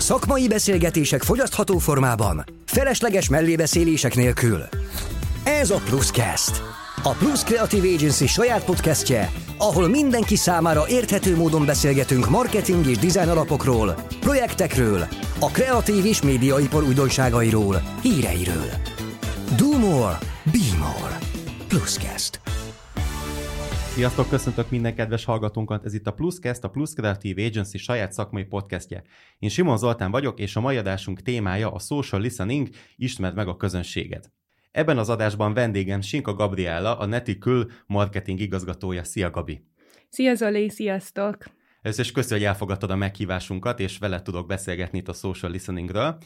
Szakmai beszélgetések fogyasztható formában, felesleges mellébeszélések nélkül. Ez a Pluscast, a Plus Creative Agency saját podcastje, ahol mindenki számára érthető módon beszélgetünk marketing és design alapokról, projektekről, a kreatív és médiaipar újdonságairól, híreiről. Do more, be more. Pluscast. Sziasztok, köszöntök minden kedves hallgatónkat, ez itt a Pluscast, a Plus Creative Agency saját szakmai podcastje. Én Simon Zoltán vagyok, és a mai adásunk témája a social listening, ismerd meg a közönséged. Ebben az adásban vendégem Sinka Gabriella, a Netikül marketing igazgatója. Szia, Gabi! Szia, Zoli, sziasztok! Először is köszi, hogy elfogadtad a meghívásunkat, és veled tudok beszélgetni itt a social listeningről.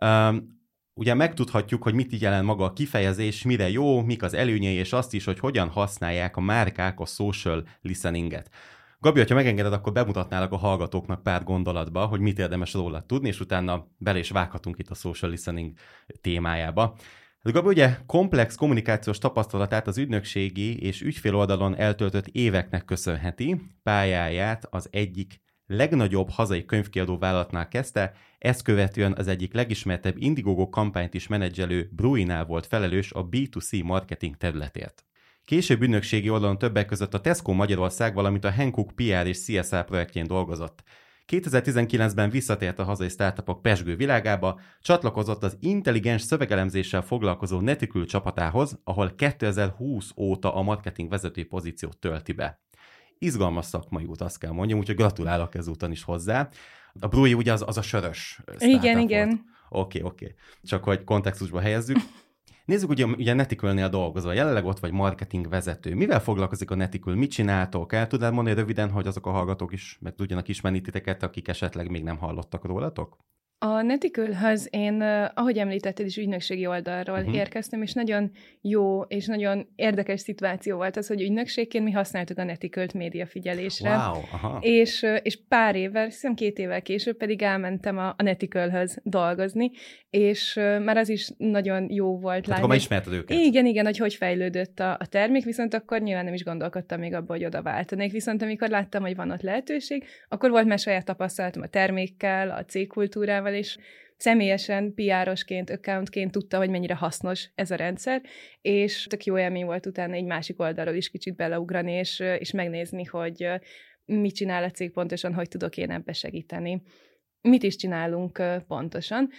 Ugye megtudhatjuk, hogy mit jelent maga a kifejezés, mire jó, mik az előnyei, és azt is, hogy hogyan használják a márkák a social listeninget. Gabi, ha megengeded, akkor bemutatnálak a hallgatóknak pár gondolatba, hogy mit érdemes róla tudni, és utána bele is vághatunk itt a social listening témájába. Gabi ugye komplex kommunikációs tapasztalatát az ügynökségi és ügyféloldalon eltöltött éveknek köszönheti, pályáját az egyik legnagyobb hazai könyvkiadó vállalatnál kezdte, ezt követően az egyik legismertebb Indiegogo kampányt is menedzselő Bruinál volt felelős a B2C marketing területért. Később ügynökségi oldalon többek között a Tesco Magyarország, valamint a Hankook PR és CSR projektjén dolgozott. 2019-ben visszatért a hazai startupok pezsgő világába, csatlakozott az intelligens szövegelemzéssel foglalkozó Netikül csapatához, ahol 2020 óta a marketing vezetői pozíciót tölti be. Izgalmas szakmai út, azt kell mondjam, úgyhogy gratulálok ezúton is hozzá. A Brui ugye az a sörös startup Igen. Oké. Csak hogy kontextusba helyezzük. Nézzük, ugye Netikülnél dolgozol, jelenleg ott vagy marketing vezető. Mivel foglalkozik a Netikül? Mit csináltok? El tudnád mondani röviden, hogy azok a hallgatók is meg tudjanak ismerni titeket, akik esetleg még nem hallottak rólatok? A Netikülhöz én, ahogy említetted is, ügynökségi oldalról érkeztem, és nagyon jó és nagyon érdekes szituáció volt az, hogy ügynökségként mi használtuk a Netikült médiafigyelésre. Wow, aha. És pár évvel, hiszem 2 évvel később pedig elmentem a Netikülhöz dolgozni, és már az is nagyon jó volt látni. Akkor már ismerted őket. Igen, hogy fejlődött a termék, viszont akkor nyilván nem is gondolkodtam még abba, hogy oda váltanék. Viszont amikor láttam, hogy van ott lehetőség, akkor volt már saját tapasztalatom a termékkel, a cégkultúrával, és személyesen PR-osként, accountként tudta, hogy mennyire hasznos ez a rendszer, és tök jó élmény volt utána egy másik oldalról is kicsit beleugrani, és megnézni, hogy mit csinál a cég pontosan, hogy tudok én ebbe segíteni. Mit is csinálunk pontosan.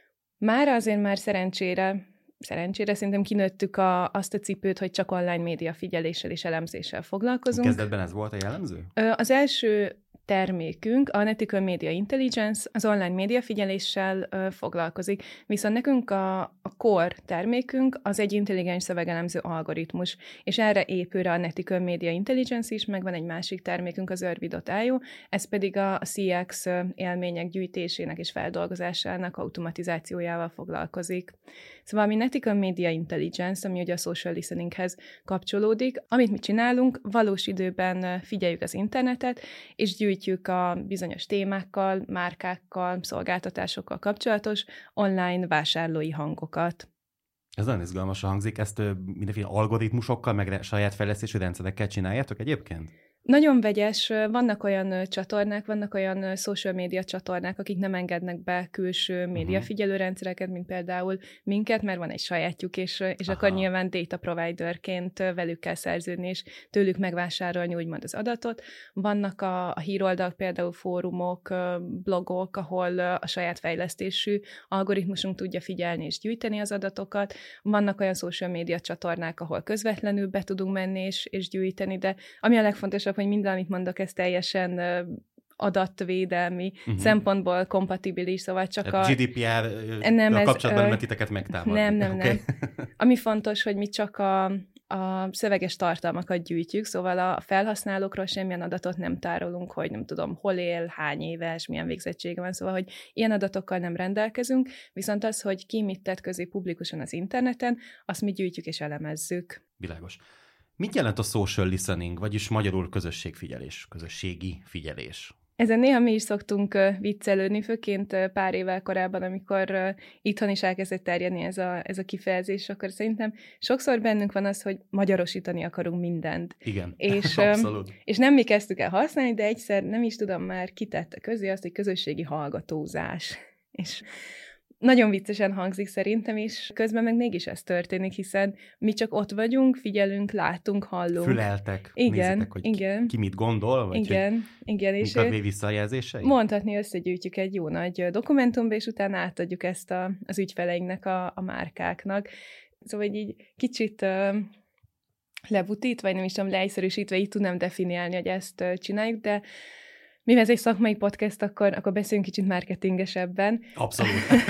Már szerencsére szerintem kinőttük azt a cipőt, hogy csak online média figyeléssel és elemzéssel foglalkozunk. Kezdetben ez volt a jellemző? Az első termékünk, a Netikül Media Intelligence, az online médiafigyeléssel foglalkozik, viszont nekünk a core termékünk az egy intelligens szövegelemző algoritmus, és erre épül rá a Netikül Media Intelligence is, meg van egy másik termékünk, az Urbi.io, ez pedig a CX élmények gyűjtésének és feldolgozásának automatizációjával foglalkozik. Szóval mi Netikül Media Intelligence, ami ugye a social listeninghez kapcsolódik, amit mi csinálunk, valós időben figyeljük az internetet, és gyűjtjük a bizonyos témákkal, márkákkal, szolgáltatásokkal kapcsolatos online vásárlói hangokat. Ez nagyon izgalmasan hangzik, ezt mindenféle algoritmusokkal, meg saját fejlesztésű rendszerekkel csináljátok egyébként? Nagyon vegyes, vannak olyan csatornák, vannak olyan social media csatornák, akik nem engednek be külső médiafigyelő rendszereket, mint például minket, mert van egy sajátjuk, és akkor nyilván data providerként velük kell szerződni, és tőlük megvásárolni úgymond az adatot. Vannak a híroldalak, például fórumok, blogok, ahol a saját fejlesztésű algoritmusunk tudja figyelni és gyűjteni az adatokat. Vannak olyan social media csatornák, ahol közvetlenül be tudunk menni és gyűjteni, de ami a legfontosabb, hogy minden, amit mondok, ez teljesen adatvédelmi szempontból kompatibilis, szóval csak a GDPR kapcsolatban nem titeket megtámadni. Nem. Ami fontos, hogy mi csak a szöveges tartalmakat gyűjtjük, szóval a felhasználókról semmilyen adatot nem tárolunk, hogy nem tudom, hol él, hány éves, milyen végzettsége van, szóval, hogy ilyen adatokkal nem rendelkezünk, viszont az, hogy ki mit tett közé publikusan az interneten, azt mi gyűjtjük és elemezzük. Világos. Mit jelent a social listening, vagyis magyarul közösségfigyelés, közösségi figyelés? Ezen néha mi is szoktunk viccelődni, főként pár évvel korábban, amikor itthon is elkezdett terjedni ez a kifejezés, akkor szerintem sokszor bennünk van az, hogy magyarosítani akarunk mindent. Igen, és, abszolút. És nem mi kezdtük el használni, de egyszer nem is tudom már kitette közé azt, hogy közösségi hallgatózás. És nagyon viccesen hangzik szerintem, és közben meg mégis ez történik, hiszen mi csak ott vagyunk, figyelünk, látunk, hallunk. Füleltek, igen, nézitek, hogy igen. ki mit gondol, vagy igen, igen, és mik a visszajelzései? Mondhatni, összegyűjtjük egy jó nagy dokumentumba, és utána átadjuk ezt az ügyfeleinknek, a márkáknak. Szóval így kicsit lebutítva, vagy nem is tudom, leegyszerűsítve, így tudnám definiálni, hogy ezt csináljuk, de mivel ez egy szakmai podcast, akkor beszéljünk kicsit marketingesebben. Abszolút.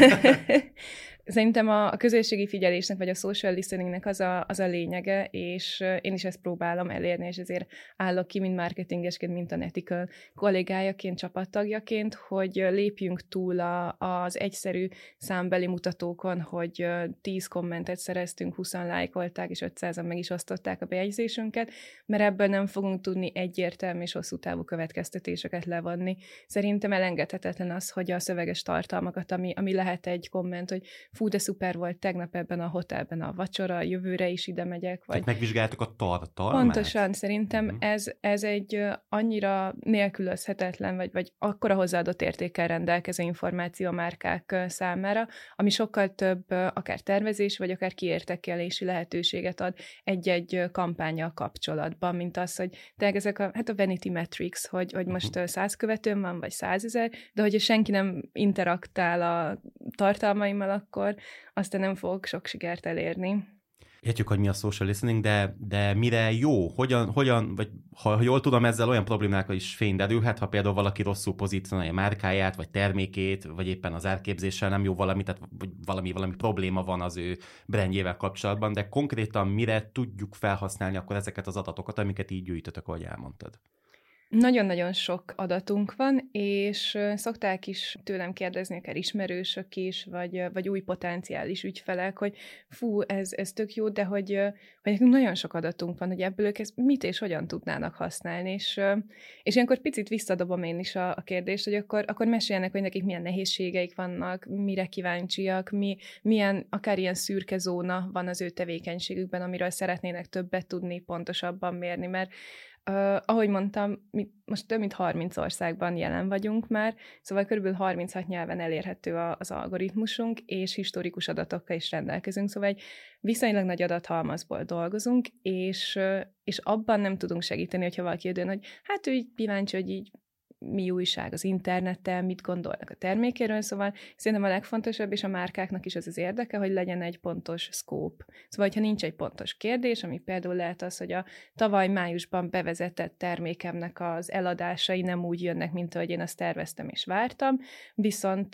Szerintem a közösségi figyelésnek, vagy a social listeningnek az a lényege, és én is ezt próbálom elérni, és ezért állok ki, mind marketingesként, mint a Netical kollégájaként, csapattagjaként, hogy lépjünk túl az egyszerű számbeli mutatókon, hogy 10 kommentet szereztünk, 20-an lájkolták, és 500-an meg is osztották a bejegyzésünket, mert ebből nem fogunk tudni egyértelmű és hosszú távú következtetéseket levonni. Szerintem elengedhetetlen az, hogy a szöveges tartalmakat, ami lehet egy komment, hogy fú, de szuper volt tegnap ebben a hotelben a vacsora, jövőre is ide megyek. Vagy... Tehát megvizsgáltuk a tartalmát? Pontosan, szerintem ez egy annyira nélkülözhetetlen, vagy akkora hozzáadott értékkel rendelkező információ a márkák számára, ami sokkal több akár tervezés, vagy akár kiértékelési lehetőséget ad egy-egy kampánnyal kapcsolatban, mint az, hogy tényleg ezek a vanity metrics, hogy most 100 követőm van, vagy 100 000, de hogyha senki nem interaktál a tartalmaimmal, akkor aztán nem fogok sok sikert elérni. Értjük, hogy mi a social listening, de mire jó? Hogyan, vagy ha jól tudom, ezzel olyan problémákra is fény derülhet, ha például valaki rosszul pozícionálja márkáját, vagy termékét, vagy éppen az árképzéssel nem jó valami, tehát valami probléma van az ő brandjével kapcsolatban, de konkrétan mire tudjuk felhasználni akkor ezeket az adatokat, amiket így gyűjtötök, ahogy elmondtad? Nagyon-nagyon sok adatunk van, és szokták is tőlem kérdezni, akár ismerősök is, vagy új potenciális ügyfelek, hogy fú, ez tök jó, de hogy nekünk nagyon sok adatunk van, hogy ebből ők ezt mit és hogyan tudnának használni, és ilyenkor picit visszadobom én is a kérdést, hogy akkor meséljenek, hogy nekik milyen nehézségeik vannak, mire kíváncsiak, milyen akár ilyen szürke zóna van az ő tevékenységükben, amiről szeretnének többet tudni, pontosabban mérni, mert ahogy mondtam, mi most több mint 30 országban jelen vagyunk már, szóval kb. 36 nyelven elérhető az algoritmusunk, és historikus adatokkal is rendelkezünk, szóval egy viszonylag nagy adathalmazból dolgozunk, és abban nem tudunk segíteni, hogyha valaki jön, hogy hát ő így kíváncsi, hogy így mi újság az interneten, mit gondolnak a termékéről, szóval szerintem a legfontosabb, és a márkáknak is az érdeke, hogy legyen egy pontos scope. Szóval, hogyha nincs egy pontos kérdés, ami például lehet az, hogy a tavaly májusban bevezetett termékemnek az eladásai nem úgy jönnek, mint ahogy én azt terveztem és vártam, viszont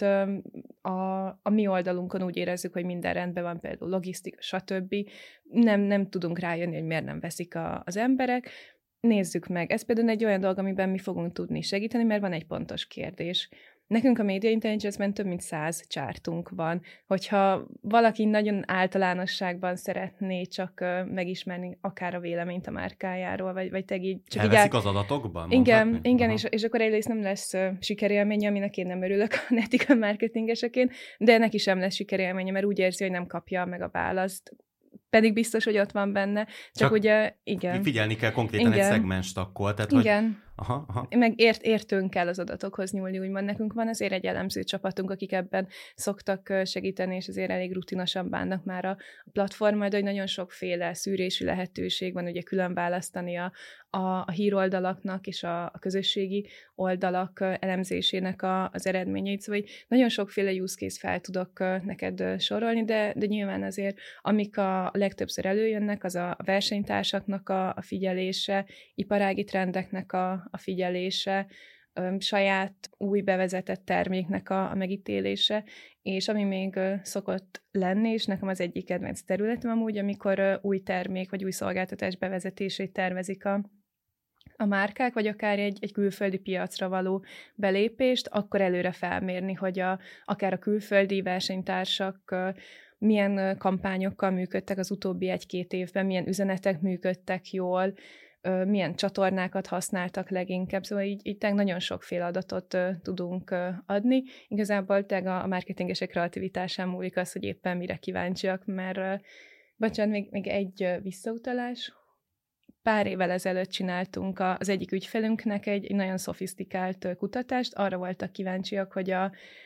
a mi oldalunkon úgy érezzük, hogy minden rendben van, például logisztika, stb. Nem tudunk rájönni, hogy miért nem veszik az emberek. Nézzük meg. Ez például egy olyan dolog, amiben mi fogunk tudni segíteni, mert van egy pontos kérdés. Nekünk a Media Intelligence-ben több mint 100 csártunk van. Hogyha valaki nagyon általánosságban szeretné csak megismerni akár a véleményt a márkájáról, vagy te így... Csak elveszik az adatokban? Igen, és akkor egyrészt nem lesz sikerélménye, aminek én nem örülök a Netical marketingeseként, de neki sem lesz sikerélménye, mert úgy érzi, hogy nem kapja meg a választ. Pedig biztos, hogy ott van benne. Csak ugye, igen. Figyelni kell konkrétan egy szegmest akkor. Tehát, igen. Hogy... Aha. Meg értünk kell az adatokhoz nyúlni, úgymond nekünk van azért egy elemző csapatunk, akik ebben szoktak segíteni, és azért elég rutinosan bánnak már a platformmal, de hogy nagyon sokféle szűrési lehetőség van, ugye külön választani a híroldalaknak és a közösségi oldalak elemzésének az eredményeit, szóval nagyon sokféle use case fel tudok neked sorolni, de nyilván azért, amik a legtöbbször előjönnek, az a versenytársaknak a figyelése, iparági trendeknek a figyelése, saját új bevezetett terméknek a megítélése, és ami még szokott lenni, és nekem az egyik kedvenc területem amúgy, amikor új termék vagy új szolgáltatás bevezetését tervezik a márkák, vagy akár egy külföldi piacra való belépést, akkor előre felmérni, hogy akár a külföldi versenytársak milyen kampányokkal működtek az utóbbi 1-2 évben, milyen üzenetek működtek jól, milyen csatornákat használtak leginkább, szóval így nagyon sokféle adatot tudunk adni. Igazából a marketingesek kreativitásán múlik az, hogy éppen mire kíváncsiak, mert bocsánat, még egy visszautalás. Pár évvel ezelőtt csináltunk az egyik ügyfelünknek egy nagyon szofisztikált kutatást, arra voltak kíváncsiak, hogy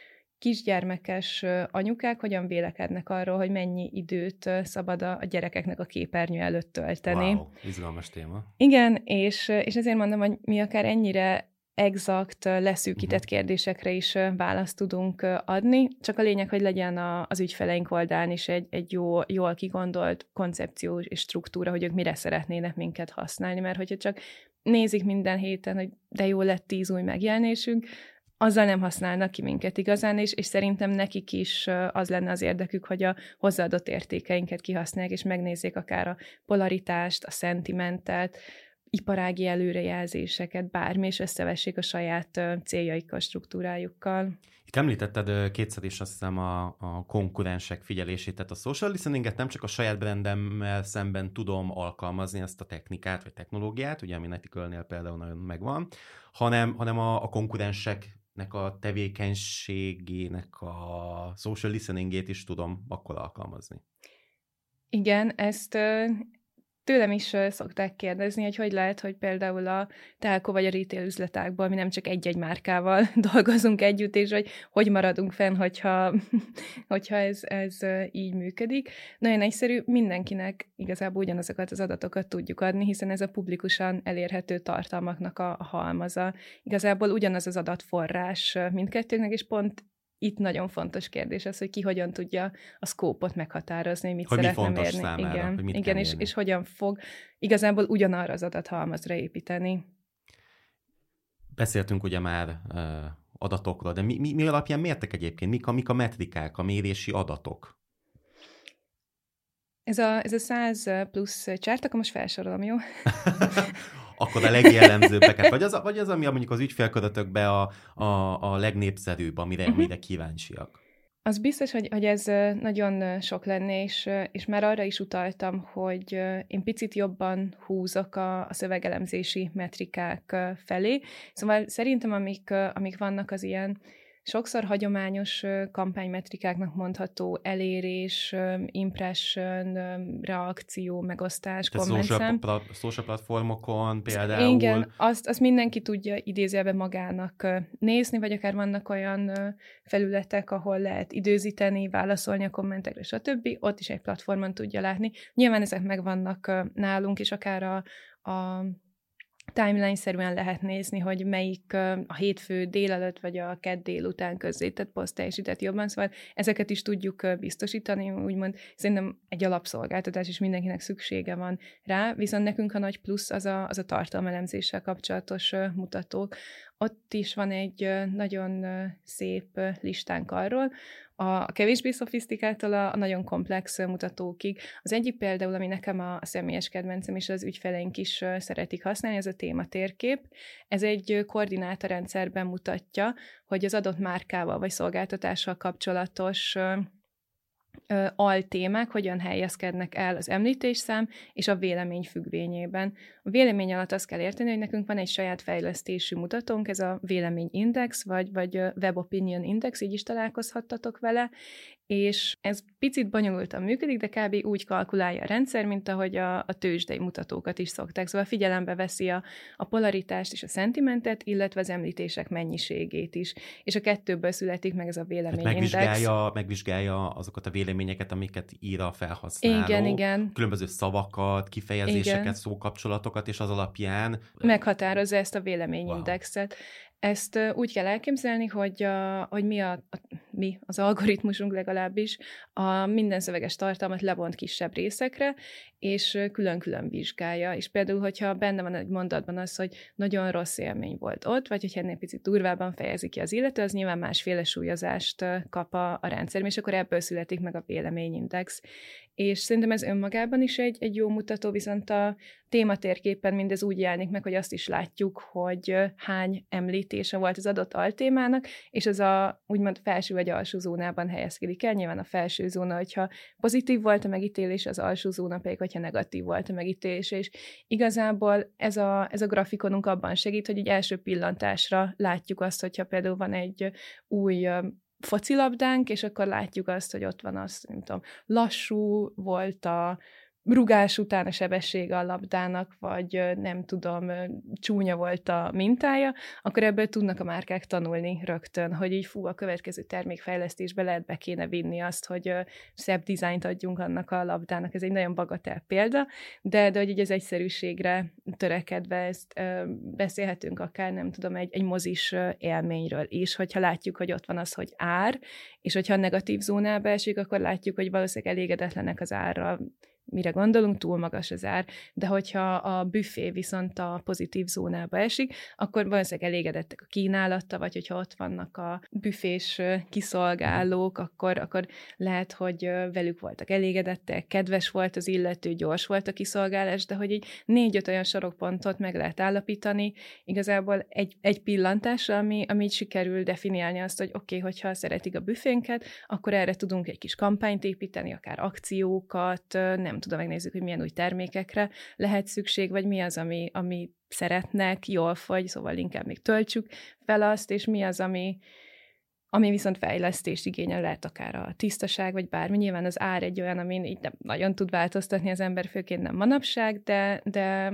kisgyermekes anyukák hogyan vélekednek arról, hogy mennyi időt szabad a gyerekeknek a képernyő előtt tölteni. Wow, izgalmas téma. Igen, és ezért mondom, hogy mi akár ennyire exakt, leszűkített kérdésekre is választ tudunk adni, csak a lényeg, hogy legyen az ügyfeleink oldalán is egy jól kigondolt koncepció és struktúra, hogy ők mire szeretnének minket használni, mert hogyha csak nézik minden héten, hogy de jó lett 10 új megjelenésünk, azzal nem használnak ki minket igazán, és szerintem nekik is az lenne az érdekük, hogy a hozzáadott értékeinket kihasználják, és megnézzék akár a polaritást, a szentimentet, iparági előrejelzéseket, bármi, és összevessék a saját céljaikkal, struktúrájukkal. Itt említetted kétszer is azt hiszem a konkurensek figyelését, tehát a social listeninget nem csak a saját brandemmel szemben tudom alkalmazni ezt a technikát, vagy technológiát, ugye ami Neticalnél például nagyon megvan, hanem a konkurenseknek a tevékenységének a social listeningét is tudom akkor alkalmazni. Igen, ezt tőlem is szokták kérdezni, hogy lehet, hogy például a telco vagy a retail üzletákból mi nem csak egy-egy márkával dolgozunk együtt, és hogy maradunk fenn, hogyha ez így működik. Nagyon egyszerű, mindenkinek igazából ugyanazokat az adatokat tudjuk adni, hiszen ez a publikusan elérhető tartalmaknak a halmaza. Igazából ugyanaz az adatforrás mindkettőnknek, és pont itt nagyon fontos kérdés az, hogy ki hogyan tudja a szkópot meghatározni, hogy mit szeretne mérni. Számára, igen, és hogyan fog igazából ugyanarra az adathalmazra építeni. Beszéltünk ugye már adatokról, de mi alapján mértek egyébként? Mik a metrikák, a mérési adatok? Ez a 100 plusz csárt, akkor most felsorolom, jó? Akkor a legjellemzőbbeket, vagy az, ami mondjuk az ügyfélkörötökben a legnépszerűbb, amire kíváncsiak? Az biztos, hogy ez nagyon sok lenne, és már arra is utaltam, hogy én picit jobban húzok a szövegelemzési metrikák felé. Szóval szerintem, amik vannak, az ilyen sokszor hagyományos kampánymetrikáknak mondható elérés, impression, reakció, megosztás, kommentszám. Social platformokon például. Igen, azt mindenki tudja idézőjelben magának nézni, vagy akár vannak olyan felületek, ahol lehet időzíteni, válaszolni a kommentekre, stb. Ott is egy platformon tudja látni. Nyilván ezek megvannak nálunk, és akár a timeline-szerűen lehet nézni, hogy melyik a hétfő délelőtt vagy a kedd délután közzétett poszt teljesített jobban, szóval ezeket is tudjuk biztosítani, úgymond szerintem egy alapszolgáltatás, és mindenkinek szüksége van rá, viszont nekünk a nagy plusz az a tartalmelemzéssel kapcsolatos mutatók. Ott is van egy nagyon szép listánk arról, a kevésbé szofisztikáltól a nagyon komplex mutatókig. Az egyik például, ami nekem a személyes kedvencem, és az ügyfeleink is szeretik használni, ez a tématérkép. Ez egy koordinátorrendszerben mutatja, hogy az adott márkával vagy szolgáltatással kapcsolatos altémák hogyan helyezkednek el az említésszám és a vélemény függvényében. A vélemény alatt azt kell érteni, hogy nekünk van egy saját fejlesztésű mutatónk, ez a véleményindex, vagy Web Opinion Index, így is találkozhattatok vele, és ez picit bonyolultan működik, de kb. Úgy kalkulálja a rendszer, mint ahogy a tőzsdei mutatókat is szokták. Szóval figyelembe veszi a polaritást és a szentimentet, illetve az említések mennyiségét is. És a kettőből születik meg ez a véleményindex. Megvizsgálja azokat a véleményeket, amiket ír a felhasználó. Igen. Különböző szavakat, kifejezéseket, igen. Szókapcsolatokat, és az alapján meghatározza ezt a véleményindexet. Wow. Ezt úgy kell elképzelni, hogy mi az algoritmusunk legalábbis a minden szöveges tartalmat lebont kisebb részekre, és külön-külön vizsgálja. És például, hogyha benne van egy mondatban az, hogy nagyon rossz élmény volt ott, vagy hogyha ennél picit durvábban fejezi ki az illető, az nyilván másféle súlyozást kap a rendszer, és akkor ebből születik meg a véleményindex. És szerintem ez önmagában is egy jó mutató, viszont a tématérképen mindez úgy jelenik meg, hogy azt is látjuk, hogy hány említése volt az adott altémának, és az a úgymond felső vagy alsó zónában helyezkedik el. Nyilván a felső zóna, hogyha pozitív volt a megítélés, az alsó zóna pedig, hogyha negatív volt a megítélés. És igazából ez a grafikonunk abban segít, hogy egy első pillantásra látjuk azt, hogyha például van egy új focilabdánk, és akkor látjuk azt, hogy ott van az, nem tudom, lassú volt a rugás után a sebessége a labdának, vagy nem tudom, csúnya volt a mintája, akkor ebből tudnak a márkák tanulni rögtön, hogy így a következő termékfejlesztésbe lehet be kéne vinni azt, hogy szebb dizájnt adjunk annak a labdának. Ez egy nagyon bagatel példa, de hogy így az egyszerűségre törekedve ezt beszélhetünk akár, nem tudom, egy mozis élményről is, hogyha látjuk, hogy ott van az, hogy ár, és hogyha a negatív zónába esik, akkor látjuk, hogy valószínűleg elégedetlenek az árral. Mire gondolunk, túl magas az ár, de hogyha a büfé viszont a pozitív zónába esik, akkor valószínűleg elégedettek a kínálatta, vagy hogyha ott vannak a büfés kiszolgálók, akkor lehet, hogy velük voltak elégedettek, kedves volt az illető, gyors volt a kiszolgálás, de hogy így 4-5 olyan sarokpontot meg lehet állapítani, igazából egy pillantásra, ami sikerül definiálni azt, hogy oké, hogyha szeretik a büfénket, akkor erre tudunk egy kis kampányt építeni, akár akciókat, nem tudom, megnézzük, hogy milyen új termékekre lehet szükség, vagy mi az, ami szeretnek, jól fogy, szóval inkább még töltsük fel azt, és mi az, ami viszont fejlesztést igényel, lehet akár a tisztaság, vagy bármi. Nyilván az ár egy olyan, amin így nem nagyon tud változtatni az ember, főként nem manapság, de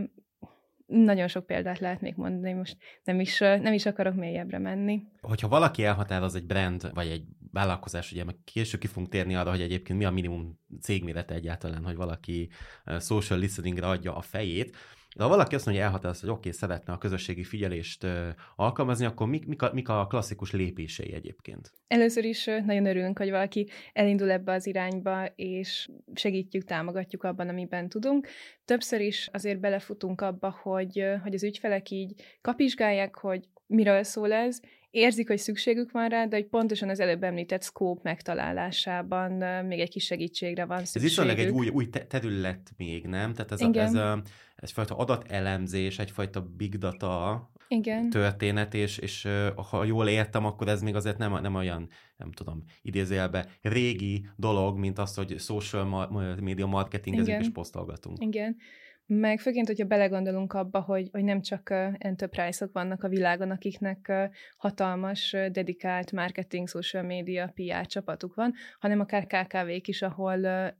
nagyon sok példát lehet még mondani, most nem is akarok mélyebbre menni. Hogyha valaki elhatároz egy brand, vagy egy vállalkozás, ugye meg később ki fogunk térni arra, hogy egyébként mi a minimum cégmérete egyáltalán, hogy valaki social listeningre adja a fejét. De ha valaki azt mondja, hogy elhatároz, hogy oké, szeretne a közösségi figyelést alkalmazni, akkor mik a klasszikus lépései egyébként? Először is nagyon örülünk, hogy valaki elindul ebbe az irányba, és segítjük, támogatjuk abban, amiben tudunk. Többször is azért belefutunk abba, hogy az ügyfelek így kapizsgálják, hogy miről szól ez, érzik, hogy szükségük van rá, de hogy pontosan az előbb említett scope megtalálásában még egy kis segítségre van szükségük. Ez viszonylag egy új terület még, nem? Tehát ez egyfajta adatelemzés, egyfajta big data történet, és ha jól értem, akkor ez még azért nem olyan, nem tudom, idézőjelbe régi dolog, mint az, hogy social media marketingezünk és posztolgatunk. Igen. Meg főként, hogyha belegondolunk abba, hogy nem csak enterprise-ok vannak a világon, akiknek hatalmas, dedikált marketing, social media, PR csapatuk van, hanem akár KKV-k is, ahol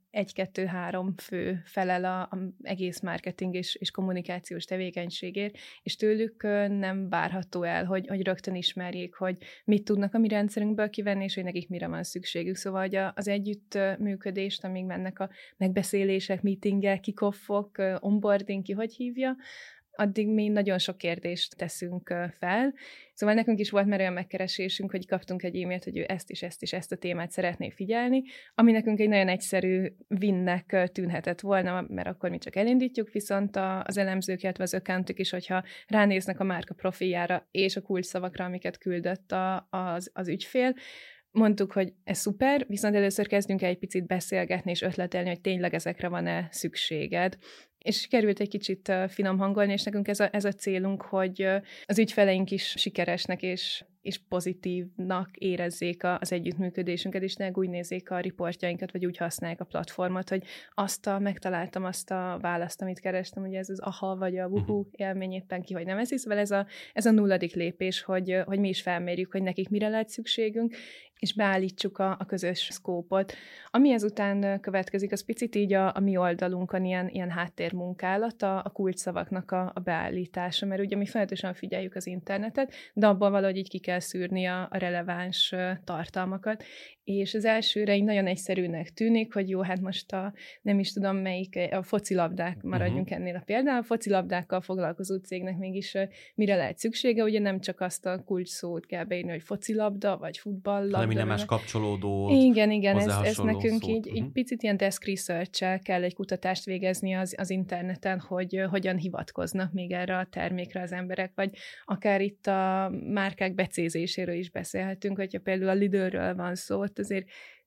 1-2-3 fő felel az egész marketing és kommunikációs tevékenységért, és tőlük nem várható el, hogy rögtön ismerjék, hogy mit tudnak a mi rendszerünkből kivenni, és hogy nekik mire van szükségük. Szóval hogy az együttműködést, amíg mennek a megbeszélések, meetingek, kick-offok, onboarding, ki hogy hívja, addig mi nagyon sok kérdést teszünk fel. Szóval nekünk is volt már olyan megkeresésünk, hogy kaptunk egy e-mailt, hogy ő ezt a témát szeretné figyelni, ami nekünk egy nagyon egyszerű winnek tűnhetett volna, mert akkor mi csak elindítjuk, viszont az elemzők, illetve az accountok is, hogyha ránéznek a márka profiljára és a kulcsszavakra, amiket küldött az ügyfél, mondtuk, hogy ez szuper, viszont először kezdjünk el egy picit beszélgetni és ötletelni, hogy tényleg ezekre van-e szükséged. És került egy kicsit finom hangolni, és nekünk ez a célunk, hogy az ügyfeleink is sikeresnek és pozitívnak érezzék az együttműködésünket, és ne úgy nézzék a riportjainkat, vagy úgy használják a platformot, hogy megtaláltam azt a választ, amit kerestem, ugye ez az aha, vagy a wuhu élmény éppen ki, hogy nevezi. Szóval ez a 0. lépés, hogy mi is felmérjük, hogy nekik mire lehet szükségünk, és beállítsuk a közös szkópot. Ami ezután következik, az picit így a mi oldalunkon ilyen háttérmunkálata, a kulcsszavaknak a beállítása, mert ugye mi folyamatosan figyeljük az internetet, de abból valahogy így ki kell szűrni a releváns tartalmakat, és az elsőre így nagyon egyszerűnek tűnik, hogy jó, hát most nem is tudom melyik, a focilabdák, maradjunk ennél a példán, a focilabdákkal foglalkozó cégnek mégis mire lehet szüksége, ugye nem csak azt a kulcsszót kell beírni, hogy focilabda, vagy futballlabda. Hanem minden más kapcsolódó. Igen, ez nekünk így picit ilyen desk research-el kell egy kutatást végezni az interneten, hogy hogyan hivatkoznak még erre a termékre az emberek, vagy akár itt a márkák becézéséről is beszélhetünk, hogyha például a Lidlről van szó, azért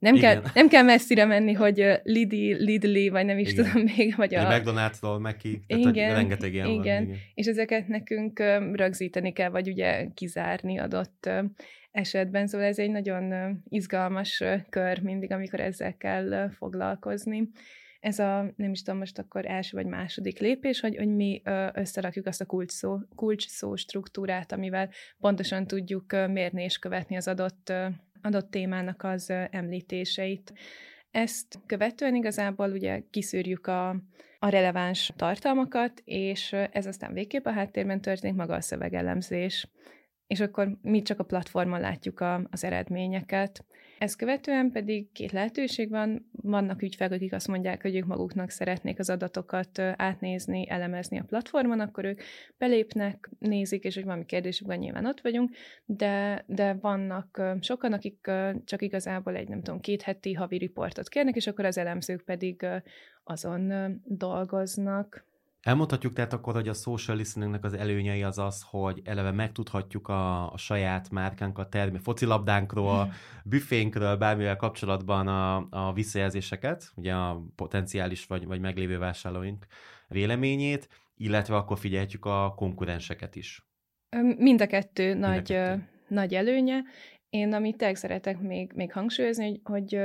nem kell messzire menni, hogy Lidli, vagy nem is tudom még, vagy a McDonald's-tól Meki, rengeteg ilyen van. Igen. És ezeket nekünk rögzíteni kell, vagy ugye kizárni adott esetben, szóval ez egy nagyon izgalmas kör mindig, amikor ezzel kell foglalkozni. Ez nem is tudom, most akkor első vagy második lépés, hogy mi összerakjuk azt a kulcsszó struktúrát, amivel pontosan tudjuk mérni és követni az adott témának az említéseit. Ezt követően igazából ugye kiszűrjük a releváns tartalmakat, és ez aztán végképp a háttérben történik maga a szövegelemzés. És akkor mi csak a platformon látjuk az eredményeket. Ezt követően pedig 2 lehetőség van. Vannak ügyfelek, akik azt mondják, hogy ők maguknak szeretnék az adatokat átnézni, elemezni a platformon, akkor ők belépnek, nézik, és hogy valami kérdésük van, nyilván ott vagyunk, de vannak sokan, akik csak igazából egy, 2 heti havi riportot kérnek, és akkor az elemzők pedig azon dolgoznak. Elmondhatjuk tehát akkor, hogy a social listeningnek az előnyei az, hogy eleve megtudhatjuk a saját márkánkat, focilabdánkról, büfénkről, bármivel kapcsolatban a visszajelzéseket, ugye a potenciális vagy meglévő vásárlóink véleményét, illetve akkor figyelhetjük a konkurenseket is. Mind a kettő nagy előnye. Én amit szeretek még hangsúlyozni, hogy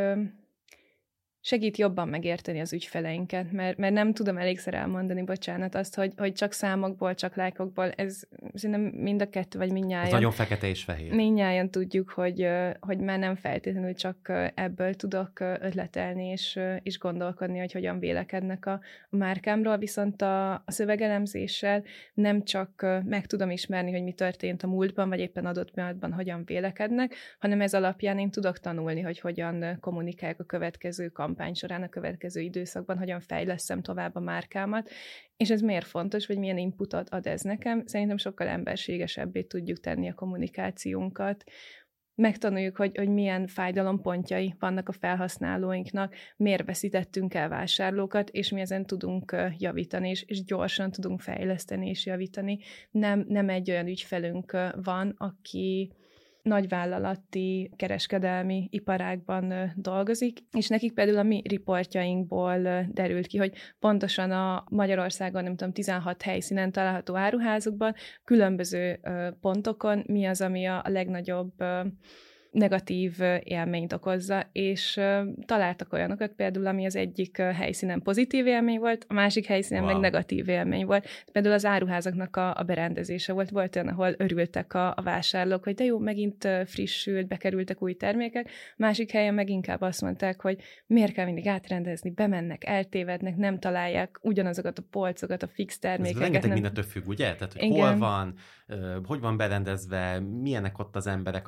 segít jobban megérteni az ügyfeleinket, mert nem tudom elégszer elmondani, bocsánat, azt, hogy csak számokból, csak lájkokból, ez szerintem mind a kettő, vagy mindnyájan. Ez nagyon fekete és fehér. Mindnyájan tudjuk, hogy már nem feltétlenül csak ebből tudok ötletelni, és gondolkodni, hogy hogyan vélekednek a márkámról, viszont a szövegelemzéssel nem csak meg tudom ismerni, hogy mi történt a múltban, vagy éppen adott pillanatban hogyan vélekednek, hanem ez alapján én tudok tanulni, hogy hogyan kommunikálják a következő kampány során, a következő időszakban, hogyan fejlesztem tovább a márkámat, és ez miért fontos, vagy milyen inputot ad ez nekem. Szerintem sokkal emberségesebbé tudjuk tenni a kommunikációnkat. Megtanuljuk, hogy milyen fájdalompontjai vannak a felhasználóinknak, miért veszítettünk el vásárlókat, és mi ezen tudunk javítani, és gyorsan tudunk fejleszteni és javítani. Nem egy olyan ügyfelünk van, aki nagyvállalati kereskedelmi iparágban dolgozik, és nekik például a mi riportjainkból derült ki, hogy pontosan a Magyarországon, 16 helyszínen található áruházukban, különböző pontokon mi az, ami a legnagyobb negatív élményt okozza, és találtak olyanokat például, ami az egyik helyszínen pozitív élmény volt, a másik helyszínen meg negatív élmény volt. Például az áruházaknak a berendezése volt olyan, ahol örültek a vásárlók, hogy de jó, megint frissült, bekerültek új termékek, másik helyen meg inkább azt mondták, hogy miért kell mindig átrendezni, bemennek, eltévednek, nem találják ugyanazokat a polcokat, a fix termékeket. Ez rengeteg mindentől függ, ugye? Tehát, hogy hol van, hogy van berendezve, milyenek ott az emberek,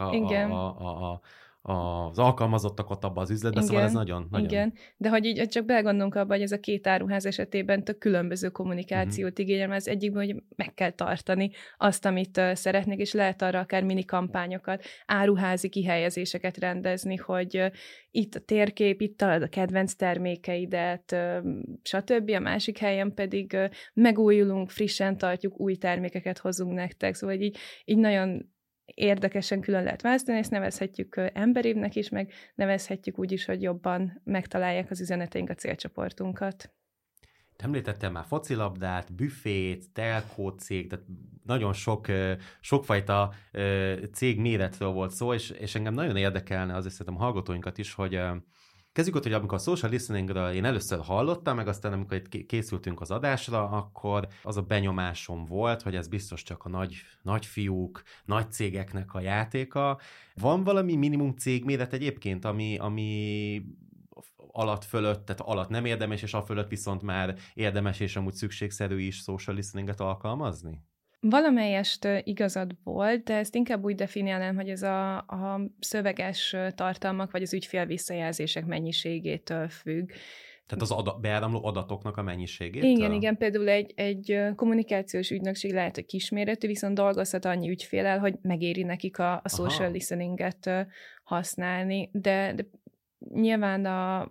az alkalmazottak ott abban az üzletben, szóval ez nagyon... Igen, de hogy így csak belegondolunk abba, hogy ez a 2 áruház esetében tök különböző kommunikációt igényel, mert az egyikben, hogy meg kell tartani azt, amit szeretnék, és lehet arra akár mini kampányokat, áruházi kihelyezéseket rendezni, hogy itt a térkép, itt találod a kedvenc termékeidet, stb. A másik helyen pedig megújulunk, frissen tartjuk, új termékeket hozunk nektek, szóval így nagyon érdekesen külön lehet választani, ezt nevezhetjük emberibbnek is, meg nevezhetjük úgy is, hogy jobban megtalálják az üzeneteink a célcsoportunkat. Említettem már focilabdát, büfét, telkó cég, tehát nagyon sokfajta cég méretről volt szó, és engem nagyon érdekelne, azért szerintem hallgatóinkat is, hogy kezdjük ott, hogy amikor a social listeningről én először hallottam, meg aztán amikor itt készültünk az adásra, akkor az a benyomásom volt, hogy ez biztos csak a nagy fiúk, nagy cégeknek a játéka. Van valami minimum cégméret egyébként, ami fölött, tehát alatt nem érdemes, és a fölött viszont már érdemes, és amúgy szükségszerű is social listeninget alkalmazni? Valamelyest igazad volt, de ezt inkább úgy definiálnám, hogy ez a szöveges tartalmak, vagy az ügyfél visszajelzések mennyiségétől függ. Tehát az beáramló adatoknak a mennyiségétől? Igen, például egy kommunikációs ügynökség lehet, hogy kisméretű, viszont dolgozhat annyi ügyféllel, hogy megéri nekik a social listeninget használni, de nyilván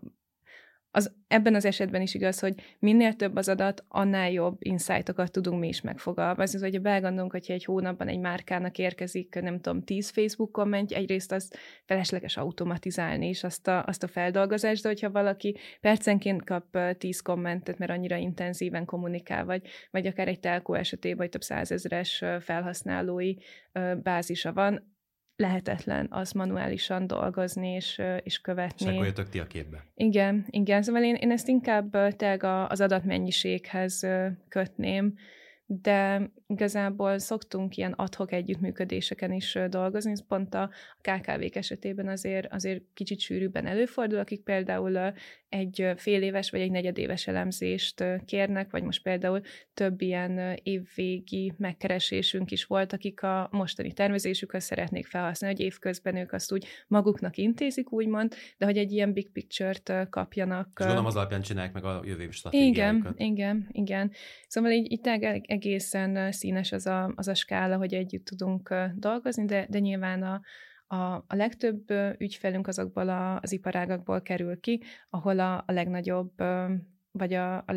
ebben az esetben is igaz, hogy minél több az adat, annál jobb insightokat tudunk mi is megfogalmazni. Hogyha belgondolunk, hogyha egy hónapban egy márkának érkezik, 10 Facebook komment, egyrészt azt felesleges automatizálni is azt a feldolgozást, de hogyha valaki percenként kap 10 kommentet, mert annyira intenzíven kommunikál, vagy akár egy telkó esetében, vagy több 100 000 felhasználói bázisa van, lehetetlen az manuálisan dolgozni és követni. És akkor jöttök ti a képbe. Igen. Szóval én ezt inkább tényleg az adatmennyiséghez kötném, de igazából szoktunk ilyen ad-hoc együttműködéseken is dolgozni, pont a KKV-k esetében azért kicsit sűrűbben előfordul, akik például egy fél éves vagy egy negyedéves elemzést kérnek, vagy most például több ilyen évvégi megkeresésünk is volt, akik a mostani tervezésükhöz szeretnék felhasználni, hogy évközben ők azt úgy maguknak intézik, úgymond, de hogy egy ilyen big picture-t kapjanak. És gondolom az alapján csinálják meg a jövő évi stratégiájukat. Igen. Szóval itt egészen színes az a skála, hogy együtt tudunk dolgozni, de nyilván a legtöbb ügyfelünk azokból az iparágakból kerül ki, ahol a legnagyobb, vagy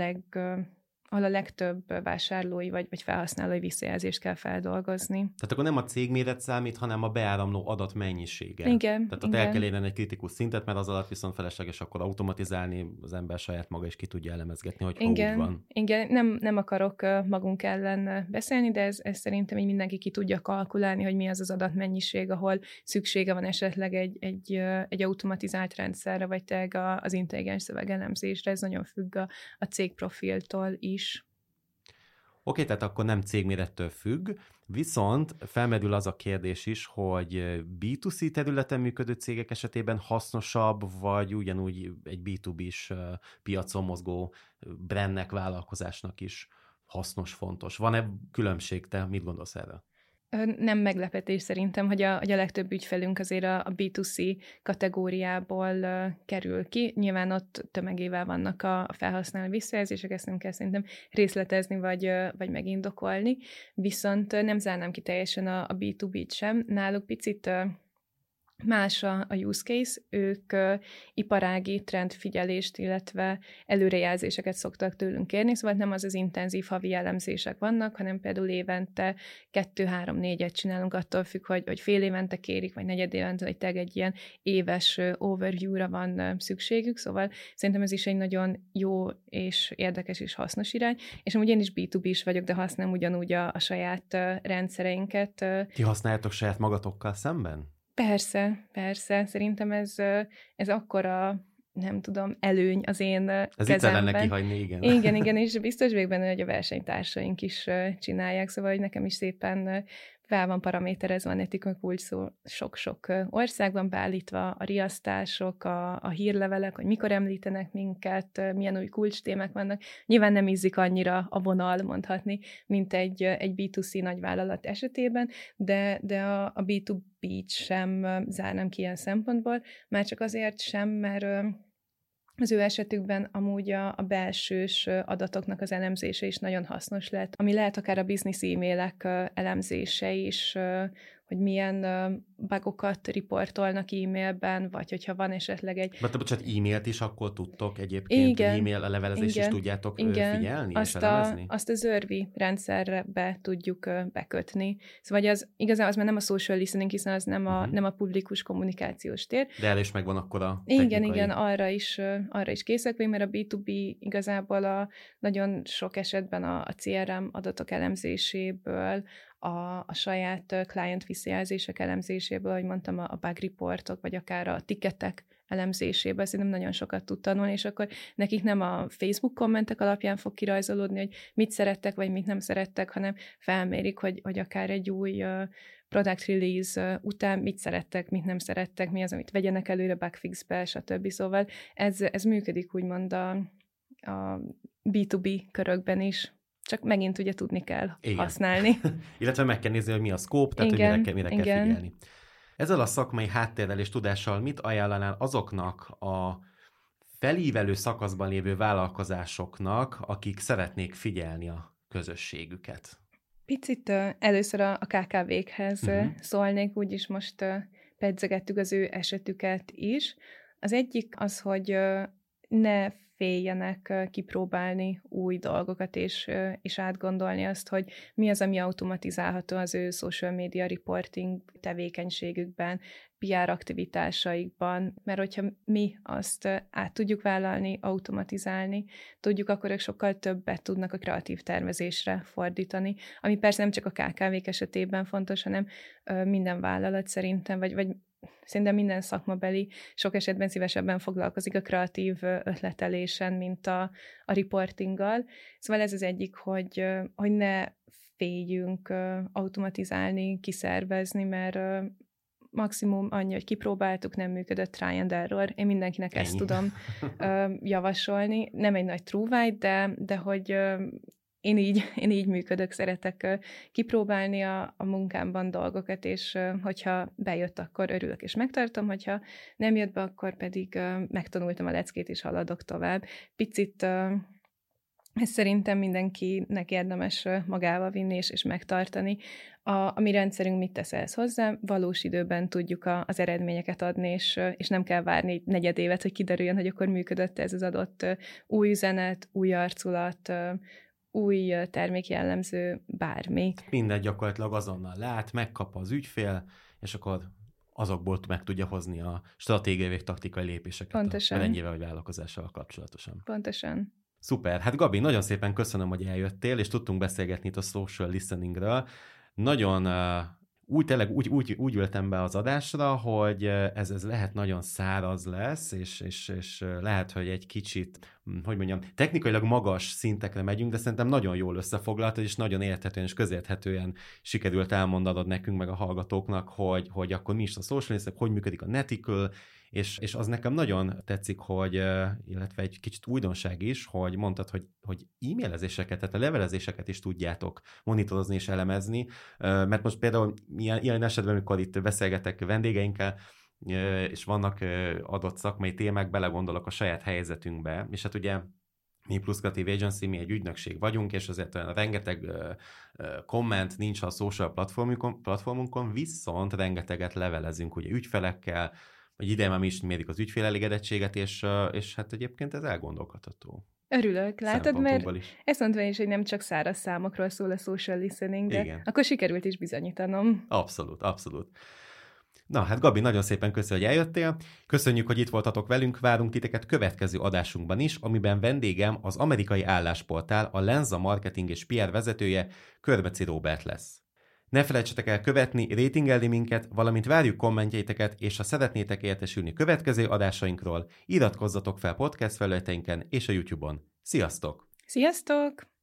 ahol a legtöbb vásárlói vagy felhasználói visszajelzést kell feldolgozni. Tehát akkor nem a cégméret számít, hanem a beáramló adat mennyisége. Igen. Tehát ott el kell érni egy kritikus szintet, mert az alatt viszont felesleges akkor automatizálni, az ember saját maga is ki tudja elemezgetni, hogy úgy van. Igen, nem akarok magunk ellen beszélni, de ez szerintem így mindenki ki tudja kalkulálni, hogy mi az az adatmennyiség, ahol szüksége van esetleg egy automatizált rendszerre, vagy tényleg az intelligens szövegelemzésre. Ez nagyon függ a cégprofiltól is. Oké, tehát akkor nem cégmérettől függ, viszont felmerül az a kérdés is, hogy B2C területen működő cégek esetében hasznosabb, vagy ugyanúgy egy B2B-s piacon mozgó brandnek, vállalkozásnak is hasznos, fontos. Van-e különbség? Te mit gondolsz erről? Nem meglepetés szerintem, hogy a legtöbb ügyfelünk azért a B2C kategóriából kerül ki. Nyilván ott tömegével vannak a felhasználó visszajelzések, ezt nem kell szerintem részletezni, vagy megindokolni. Viszont nem zárnám ki teljesen a B2B-t sem. Náluk picit más a use case, ők iparági trendfigyelést, illetve előrejelzéseket szoktak tőlünk kérni, szóval nem az intenzív havi elemzések vannak, hanem például évente 2-3-4-et csinálunk, attól függ, hogy fél évente kérik, vagy negyed évente, vagy tényleg egy ilyen éves overview-ra van szükségük, szóval szerintem ez is egy nagyon jó és érdekes és hasznos irány, és amúgy én is B2B-s vagyok, de használom ugyanúgy a saját rendszereinket. Ti használjátok saját magatokkal szemben? Persze. Szerintem ez akkora, nem tudom, előny az én ez kezemben. Itt lenne kihagyni, igen. Igen, és biztos vagyok benne, hogy a versenytársaink is csinálják, szóval hogy nekem is szépen fel van paraméterezve a Netikon kulcs szó sok-sok országban, beállítva a riasztások, a hírlevelek, hogy mikor említenek minket, milyen új kulcstémák vannak. Nyilván nem ízik annyira a vonal, mondhatni, mint egy B2C nagyvállalat esetében, de a B2B-t sem zárnám ki ilyen szempontból, már csak azért sem, mert az ő esetükben amúgy a belsős adatoknak az elemzése is nagyon hasznos lehet, ami lehet akár a business e-mailek elemzése is, hogy milyen bugokat riportolnak e-mailben, vagy hogyha van esetleg egy... Bocsánat, e-mailt is akkor tudtok egyébként, igen, e-mail levelezést is tudjátok figyelni és elemezni? Azt az Örvi rendszerre tudjuk bekötni. Szóval igazából az már nem a social listening, hiszen az nem a publikus kommunikációs tér. De erre is megvan akkor a technikai... Igen, arra is készek vagyunk, mert a B2B igazából nagyon sok esetben a CRM adatok elemzéséből, a saját client visszajelzések elemzéséből, ahogy mondtam, a bug reportok, vagy akár a ticketek elemzéséből, szerintem nagyon sokat tud tanulni, és akkor nekik nem a Facebook kommentek alapján fog kirajzolódni, hogy mit szerettek, vagy mit nem szerettek, hanem felmérik, hogy akár egy új product release után mit szerettek, mit nem szerettek, mi az, amit vegyenek előre bugfixbe, stb. Szóval ez működik úgymond a B2B körökben is. Csak megint ugye tudni kell használni. Illetve meg kell nézni, hogy mi a scope, tehát igen, hogy mire kell figyelni. Ezzel a szakmai háttérrel és tudással mit ajánlanál azoknak a felívelő szakaszban lévő vállalkozásoknak, akik szeretnék figyelni a közösségüket? Picit először a KKV-khez szólnék, úgyis most pedzegettük az ő esetüket is. Az egyik az, hogy ne féljenek kipróbálni új dolgokat, és átgondolni azt, hogy mi az, ami automatizálható az ő social media reporting tevékenységükben, PR aktivitásaikban, mert hogyha mi azt át tudjuk vállalni, automatizálni, tudjuk, akkor ők sokkal többet tudnak a kreatív tervezésre fordítani, ami persze nem csak a KKV-k esetében fontos, hanem minden vállalat szerintem, vagy szerintem minden szakmabeli sok esetben szívesebben foglalkozik a kreatív ötletelésen, mint a reportinggal. Szóval ez az egyik, hogy ne féljünk automatizálni, kiszervezni, mert maximum annyi, hogy kipróbáltuk, nem működött, try and error. Én mindenkinek ezt tudom javasolni. Nem egy nagy trúvágy, de hogy én így működök, szeretek kipróbálni a munkámban dolgokat, és hogyha bejött, akkor örülök és megtartom, hogyha nem jött be, akkor pedig megtanultam a leckét, és haladok tovább. Picit ezt szerintem mindenkinek érdemes magával vinni és megtartani. A mi rendszerünk mit tesz ehhez hozzá? Valós időben tudjuk az eredményeket adni, és nem kell várni egy negyed évet, hogy kiderüljön, hogy akkor működött ez az adott új üzenet, új arculat, új termékjellemző, bármi. Minden gyakorlatilag azonnal lát, megkap az ügyfél, és akkor azokból meg tudja hozni a stratégiai vagy taktikai lépéseket. Pontosan. A brandjével vagy vállalkozással kapcsolatosan. Pontosan. Szuper. Hát Gabi, nagyon szépen köszönöm, hogy eljöttél, és tudtunk beszélgetni itt a social listeningről. Nagyon úgy ültem be az adásra, hogy ez lehet nagyon száraz lesz, és lehet, hogy egy kicsit, technikailag magas szintekre megyünk, de szerintem nagyon jól összefoglaltad, és nagyon érthetően és közérthetően sikerült elmondanod nekünk, meg a hallgatóknak, hogy akkor mi is a social listening, hogy működik a Neticle, és az nekem nagyon tetszik, hogy, illetve egy kicsit újdonság is, hogy mondtad, hogy e-mailezéseket, tehát a levelezéseket is tudjátok monitorozni és elemezni, mert most például ilyen esetben, amikor itt beszélgetek vendégeinkkel, és vannak adott szakmai témák, belegondolok a saját helyzetünkbe, és hát ugye mi Plus Creative Agency, mi egy ügynökség vagyunk, és azért rengeteg komment nincs a social platformunkon, viszont rengeteget levelezünk ugye ügyfelekkel, vagy ideje már mi is mérjük az ügyfél elégedettséget, és hát egyébként ez elgondolkodható. Örülök, látod, mert ezt mondva is, hogy nem csak száraz számokról szól a social listening, de igen. Akkor sikerült is bizonyítanom. Abszolút. Na, hát Gabi, nagyon szépen köszönjük, hogy eljöttél. Köszönjük, hogy itt voltatok velünk, várunk titeket következő adásunkban is, amiben vendégem az amerikai állásportál, a Lenza marketing és PR vezetője, Körbeci Róbert lesz. Ne felejtsetek el követni, ratingelni minket, valamint várjuk kommentjeiteket, és ha szeretnétek értesülni következő adásainkról, iratkozzatok fel podcast felületeinken és a YouTube-on. Sziasztok! Sziasztok!